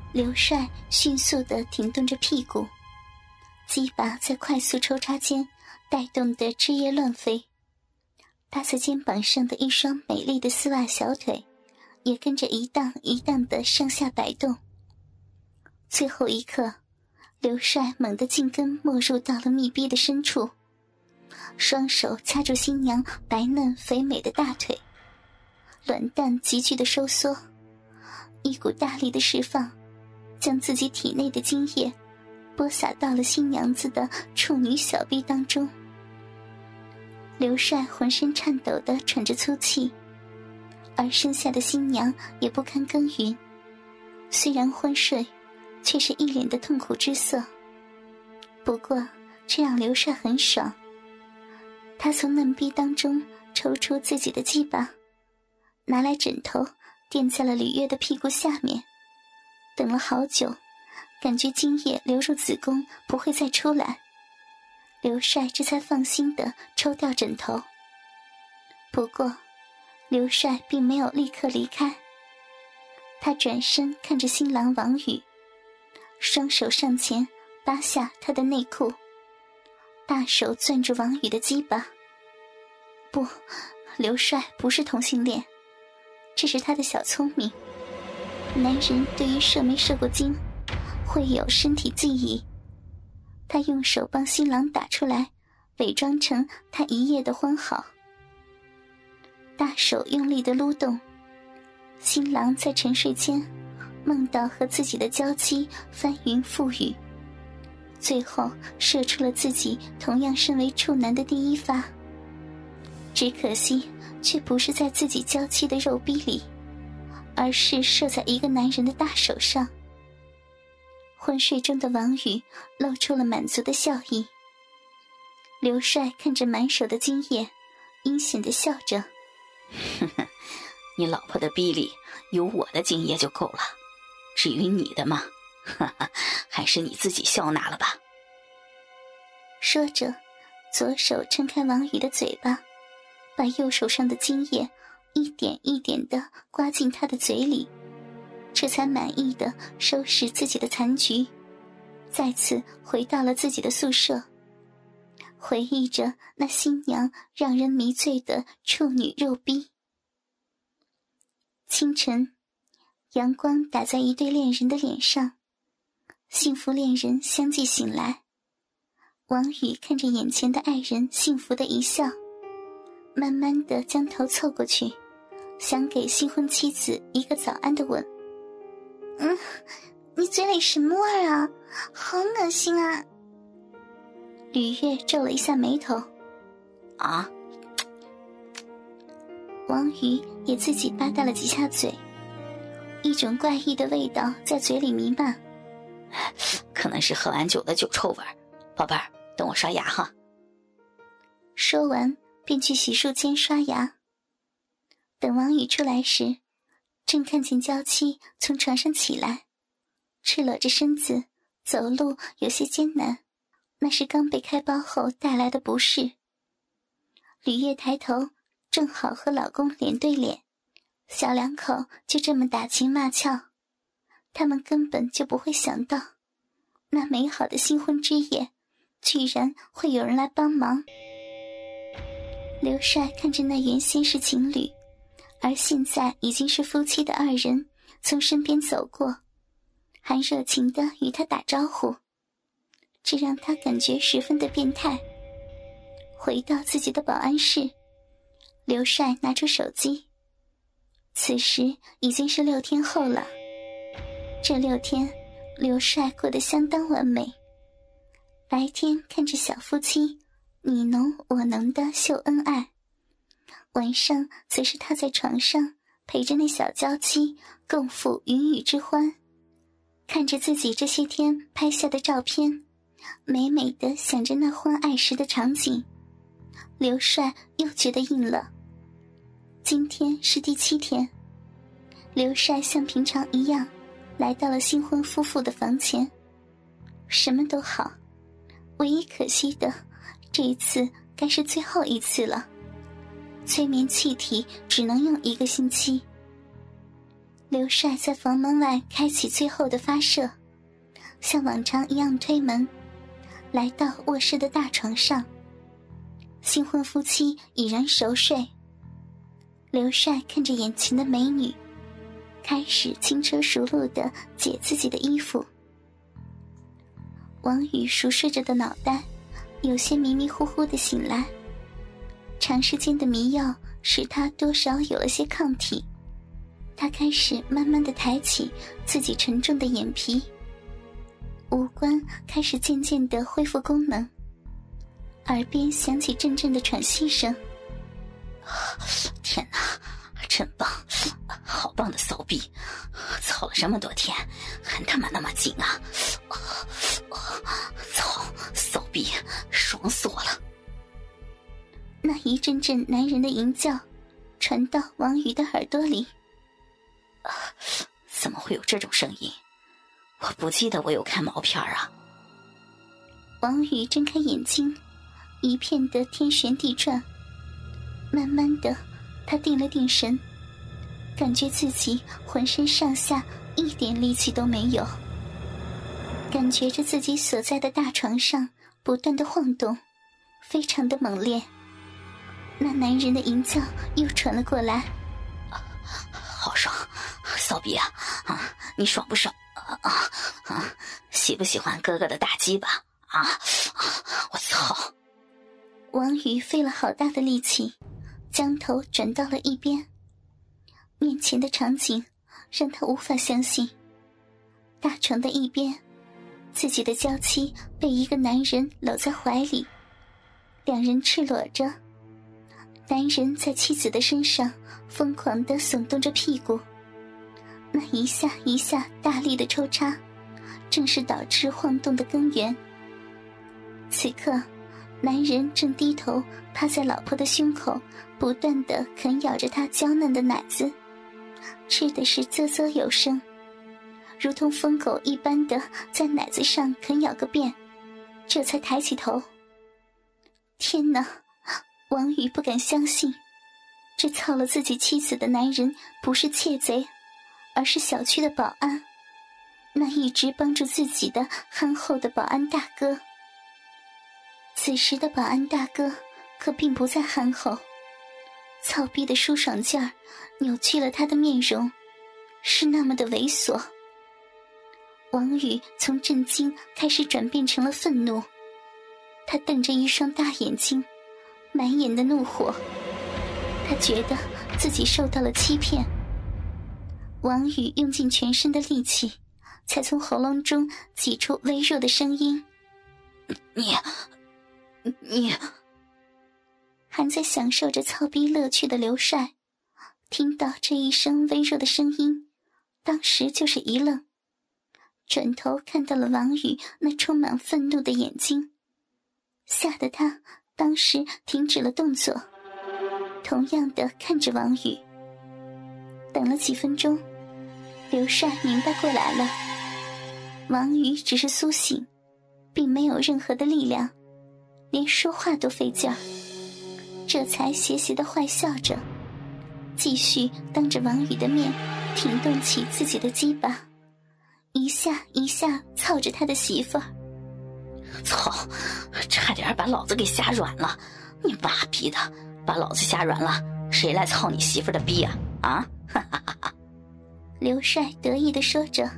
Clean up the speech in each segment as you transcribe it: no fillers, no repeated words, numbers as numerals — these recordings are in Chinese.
刘帅迅速地挺动着屁股，鸡巴在快速抽插间带动的枝叶乱飞，搭在肩膀上的一双美丽的丝袜小腿也跟着一荡一荡的上下摆动。最后一刻，刘帅猛地进根没入到了密闭的深处，双手掐住新娘白嫩肥美的大腿，卵蛋急剧的收缩，一股大力的释放，将自己体内的精液播撒到了新娘子的处女小臂当中。刘帅浑身颤抖地喘着粗气，而身下的新娘也不堪耕耘，虽然昏睡，却是一脸的痛苦之色。不过这让刘帅很爽，他从嫩逼当中抽出自己的鸡巴，拿来枕头垫在了吕月的屁股下面，等了好久，感觉精液流入子宫不会再出来，刘帅这才放心地抽掉枕头。不过刘帅并没有立刻离开，他转身看着新郎王宇，双手上前扒下他的内裤，大手攥住王宇的鸡巴。不，刘帅不是同性恋，这是他的小聪明。男人对于射没射过精会有身体记忆，他用手帮新郎打出来，伪装成他一夜的欢好。大手用力地撸动，新郎在沉睡间梦到和自己的娇妻翻云覆雨，最后射出了自己同样身为处男的第一发，只可惜却不是在自己娇妻的肉逼里，而是射在一个男人的大手上。昏睡中的王宇露出了满足的笑意，刘帅看着满手的精液，阴险地笑着： 你老婆的逼里有我的精液就够了，至于你的嘛，还是你自己笑纳了吧。 说着，左手撑开王宇的嘴巴，把右手上的精液一点一点地刮进他的嘴里，这才满意地收拾自己的残局，再次回到了自己的宿舍，回忆着那新娘让人迷醉的处女肉逼。清晨，阳光打在一对恋人的脸上，幸福恋人相继醒来。王宇看着眼前的爱人幸福的一笑，慢慢地将头凑过去，想给新婚妻子一个早安的吻。你嘴里什么味儿啊？好恶心啊！吕月皱了一下眉头。 啊？ 王宇也自己吧嗒了几下嘴，一种怪异的味道在嘴里弥漫。 可能是喝完酒的酒臭味儿，宝贝儿，等我刷牙哈。 说完便去洗漱间刷牙。等王宇出来时，正看见娇妻从床上起来，赤裸着身子，走路有些艰难，那是刚被开包后带来的不适。吕烨抬头正好和老公脸对脸，小两口就这么打情骂俏，他们根本就不会想到，那美好的新婚之夜居然会有人来帮忙。刘帅看着那原先是情侣，而现在已经是夫妻的二人从身边走过，还热情地与他打招呼，这让他感觉十分的变态。回到自己的保安室，刘帅拿出手机，此时已经是6天后了。这6天刘帅过得相当完美，白天看着小夫妻你侬我侬的秀恩爱，晚上则是他在床上陪着那小娇妻共赴云雨之欢，看着自己这些天拍下的照片，美美的想着那欢爱时的场景，刘帅又觉得硬了。今天是第7天，刘帅像平常一样来到了新婚夫妇的房前，什么都好，唯一可惜的，这一次该是最后一次了，催眠气体只能用1个星期。 刘帅在房门外开启最后的发射，像往常一样推门，来到卧室的大床上。新婚夫妻已然熟睡，刘帅看着眼前的美女，开始轻车熟路地解自己的衣服。王宇熟睡着的脑袋有些迷迷糊糊地醒来，长时间的迷药使他多少有了些抗体。他开始慢慢地抬起自己沉重的眼皮，五官开始渐渐地恢复功能，耳边响起阵阵的喘息声。 天哪，真棒，好棒的骚逼，操了这么多天还他妈那么紧啊，操，骚逼爽死我了。 那一阵阵男人的吟叫传到王宇的耳朵里。 怎么会有这种声音？我不记得我有看毛片啊。 王宇睁开眼睛，一片的天旋地转。慢慢的，他定了定神，感觉自己浑身上下一点力气都没有，感觉着自己所在的大床上不断的晃动，非常的猛烈。那男人的吟叫又传了过来。 好爽，骚逼啊！你爽不爽？喜不喜欢哥哥的大鸡巴？我操！ 王宇费了好大的力气，将头转到了一边。面前的场景让他无法相信，大床的一边，自己的娇妻被一个男人搂在怀里，两人赤裸着，男人在妻子的身上疯狂地耸动着屁股，那一下一下大力的抽插，正是导致晃动的根源。此刻，男人正低头趴在老婆的胸口，不断地啃咬着她娇嫩的奶子，吃的是啧啧有声，如同疯狗一般的在奶子上啃咬个遍，这才抬起头。天哪！王宇不敢相信，这操了自己妻子的男人不是窃贼，而是小区的保安，那一直帮助自己的憨厚的保安大哥。此时的保安大哥可并不再憨厚，操逼的舒爽劲儿扭曲了他的面容，是那么的猥琐。王宇从震惊开始转变成了愤怒，他瞪着一双大眼睛，满眼的怒火。他觉得自己受到了欺骗。王宇用尽全身的力气，才从喉咙中挤出微弱的声音： 你还在享受着操逼乐趣的刘帅听到这一声微弱的声音，当时就是一愣，转头看到了王宇那充满愤怒的眼睛，吓得他当时停止了动作，同样的看着王宇。等了几分钟，刘帅明白过来了，王宇只是苏醒，并没有任何的力量，连说话都费劲儿，这才邪邪的坏笑着，继续当着王宇的面挺动起自己的鸡巴，一下一下操着他的媳妇儿。 操，差点把老子给吓软了！你妈逼的，把老子吓软了，谁来操你媳妇的逼啊？哈哈哈哈！ 刘帅得意地说着。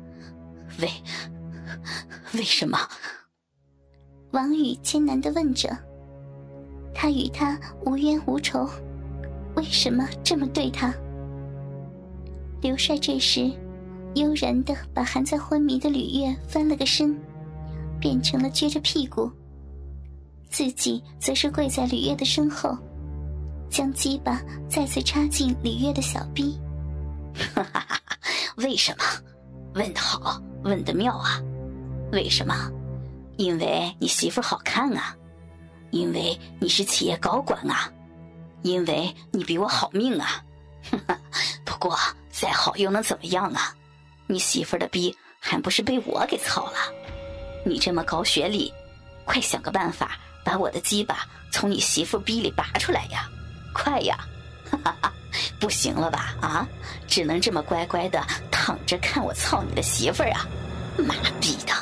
为什么？ 王宇艰难地问着。他与他无冤无仇，为什么这么对他？刘帅这时悠然地把还在昏迷的吕月翻了个身，变成了撅着屁股，自己则是跪在吕月的身后，将鸡巴再次插进吕月的小逼。 哈哈哈！为什么？问得好，问得妙啊！为什么？因为你媳妇好看啊，因为你是企业高管啊，因为你比我好命啊！不过再好又能怎么样啊？你媳妇的逼还不是被我给操了？你这么高学历，快想个办法把我的鸡巴从你媳妇逼里拔出来呀！快呀！ 哈哈哈，不行了吧？啊，只能这么乖乖的躺着看我操你的媳妇儿啊！妈逼的！